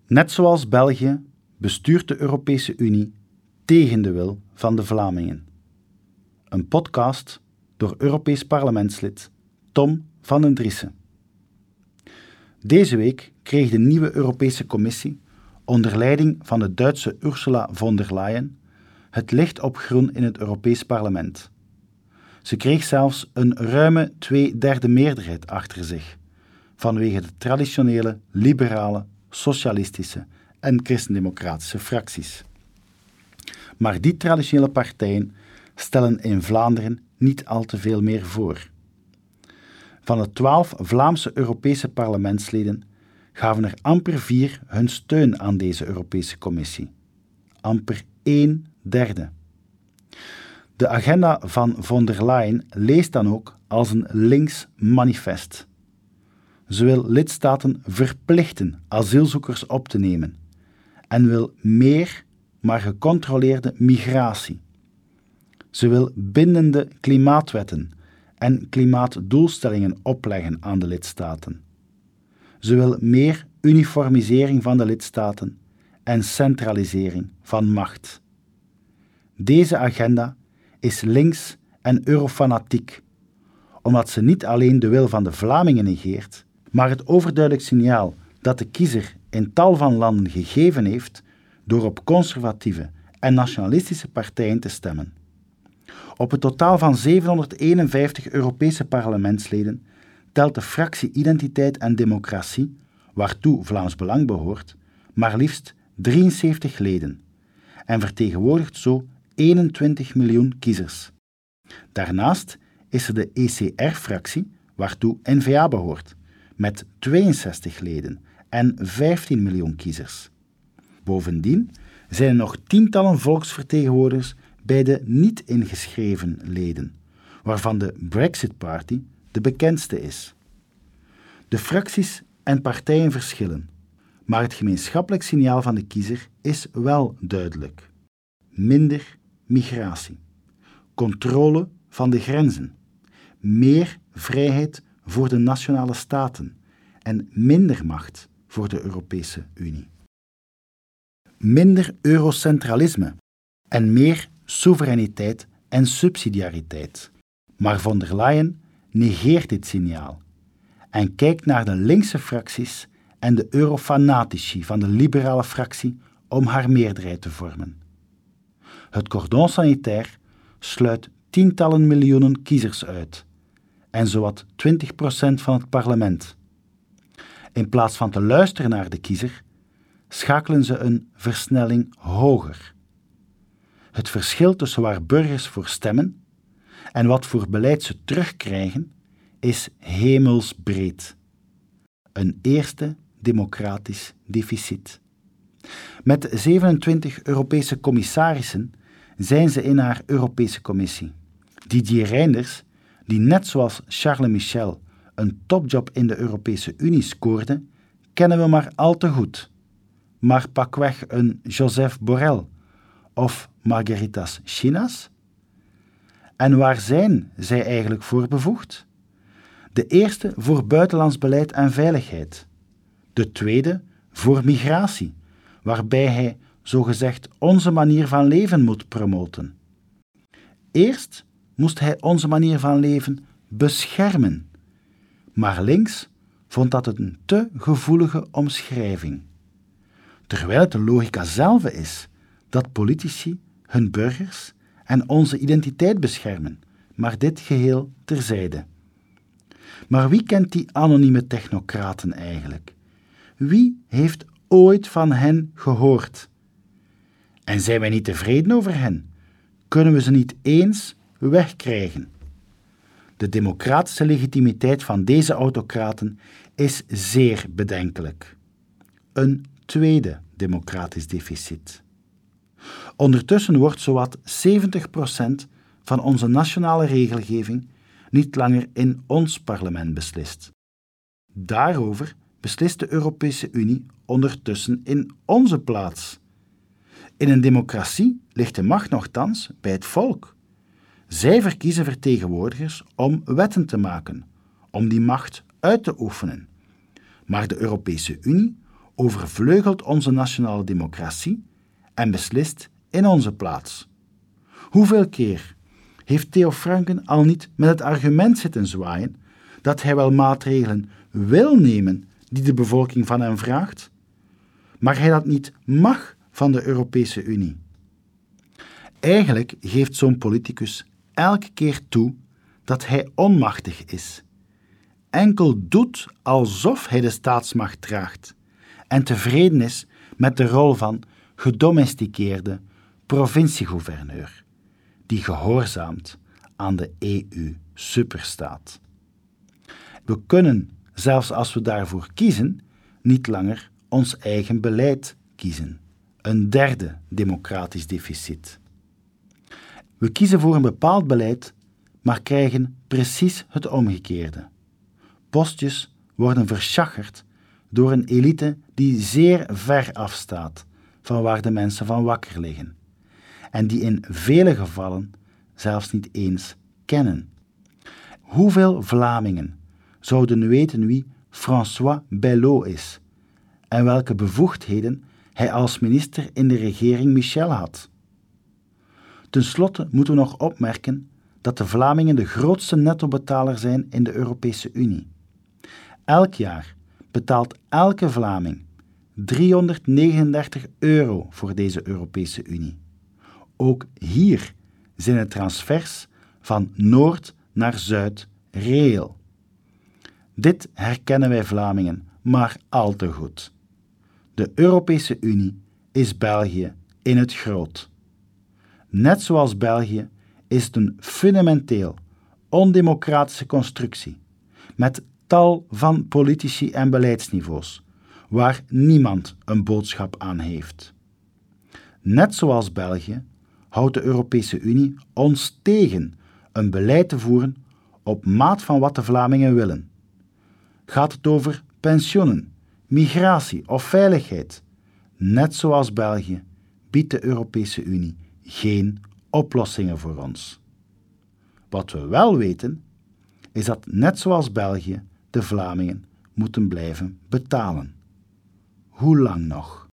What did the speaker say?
Net zoals België bestuurt de Europese Unie tegen de wil van de Vlamingen. Een podcast door Europees parlementslid Tom van den Driessen. Deze week kreeg de nieuwe Europese Commissie, onder leiding van de Duitse Ursula von der Leyen, het licht op groen in het Europees Parlement. Ze kreeg zelfs een ruime 2/3 meerderheid achter zich, vanwege de traditionele, liberale, socialistische en christendemocratische fracties. Maar die traditionele partijen stellen in Vlaanderen niet al te veel meer voor. Van de 12 Vlaamse Europese parlementsleden gaven er amper 4 hun steun aan deze Europese Commissie. Amper 1/3. De agenda van von der Leyen leest dan ook als een links manifest. Ze wil lidstaten verplichten asielzoekers op te nemen en wil meer, maar gecontroleerde migratie. Ze wil bindende klimaatwetten en klimaatdoelstellingen opleggen aan de lidstaten. Ze wil meer uniformisering van de lidstaten en centralisering van macht. Deze agenda is links en eurofanatiek, omdat ze niet alleen de wil van de Vlamingen negeert, maar het overduidelijk signaal dat de kiezer in tal van landen gegeven heeft door op conservatieve en nationalistische partijen te stemmen. Op het totaal van 751 Europese parlementsleden telt de fractie Identiteit en Democratie, waartoe Vlaams Belang behoort, maar liefst 73 leden en vertegenwoordigt zo 21 miljoen kiezers. Daarnaast is er de ECR-fractie, waartoe N-VA behoort, met 62 leden en 15 miljoen kiezers. Bovendien zijn er nog tientallen volksvertegenwoordigers bij de niet-ingeschreven leden, waarvan de Brexit Party de bekendste is. De fracties en partijen verschillen, maar het gemeenschappelijk signaal van de kiezer is wel duidelijk. Minder migratie, controle van de grenzen, meer vrijheid voor de nationale staten en minder macht voor de Europese Unie. Minder eurocentralisme en meer soevereiniteit en subsidiariteit. Maar von der Leyen negeert dit signaal en kijkt naar de linkse fracties en de eurofanatici van de liberale fractie om haar meerderheid te vormen. Het cordon sanitair sluit tientallen miljoenen kiezers uit en zowat 20% van het parlement. In plaats van te luisteren naar de kiezer, schakelen ze een versnelling hoger. Het verschil tussen waar burgers voor stemmen en wat voor beleid ze terugkrijgen, is hemelsbreed. Een eerste democratisch deficit. Met 27 Europese commissarissen zijn ze in haar Europese Commissie. Didier Reynders, die net zoals Charles Michel een topjob in de Europese Unie scoorde, kennen we maar al te goed. Maar pakweg een Joseph Borrell of Margaritas Schinas? En waar zijn zij eigenlijk voor bevoegd? De eerste voor buitenlands beleid en veiligheid. De tweede voor migratie, waarbij hij zogezegd onze manier van leven moet promoten. Eerst moest hij onze manier van leven beschermen, maar links vond dat een te gevoelige omschrijving. Terwijl het de logica zelf is dat politici hun burgers en onze identiteit beschermen, maar dit geheel terzijde. Maar wie kent die anonieme technocraten eigenlijk? Wie heeft ooit van hen gehoord? En zijn wij niet tevreden over hen? Kunnen we ze niet eens wegkrijgen? De democratische legitimiteit van deze autocraten is zeer bedenkelijk. Een tweede democratisch deficit. Ondertussen wordt zowat 70% van onze nationale regelgeving niet langer in ons parlement beslist. Daarover beslist de Europese Unie ondertussen in onze plaats. In een democratie ligt de macht nochtans bij het volk. Zij verkiezen vertegenwoordigers om wetten te maken, om die macht uit te oefenen. Maar de Europese Unie overvleugelt onze nationale democratie en beslist in onze plaats. Hoeveel keer heeft Theo Franken al niet met het argument zitten zwaaien dat hij wel maatregelen wil nemen die de bevolking van hem vraagt, maar hij dat niet mag van de Europese Unie? Eigenlijk geeft zo'n politicus elke keer toe dat hij onmachtig is, enkel doet alsof hij de staatsmacht draagt en tevreden is met de rol van gedomesticeerde provinciegouverneur, die gehoorzaamt aan de EU-superstaat. We kunnen, zelfs als we daarvoor kiezen, niet langer ons eigen beleid kiezen. Een derde democratisch deficit. We kiezen voor een bepaald beleid, maar krijgen precies het omgekeerde. Postjes worden verschacherd door een elite die zeer ver afstaat van waar de mensen van wakker liggen en die in vele gevallen zelfs niet eens kennen. Hoeveel Vlamingen zouden weten wie François Bello is en welke bevoegdheden hij als minister in de regering Michel had? Ten slotte moeten we nog opmerken dat de Vlamingen de grootste nettobetaler zijn in de Europese Unie. Elk jaar betaalt elke Vlaming €339 voor deze Europese Unie. Ook hier zijn de transfers van noord naar zuid reëel. Dit herkennen wij Vlamingen maar al te goed. De Europese Unie is België in het groot. Net zoals België is het een fundamenteel ondemocratische constructie met tal van politici en beleidsniveaus waar niemand een boodschap aan heeft. Net zoals België houdt de Europese Unie ons tegen een beleid te voeren op maat van wat de Vlamingen willen. Gaat het over pensioenen, migratie of veiligheid? Net zoals België biedt de Europese Unie geen oplossingen voor ons. Wat we wel weten, is dat net zoals België de Vlamingen moeten blijven betalen. Hoe lang nog?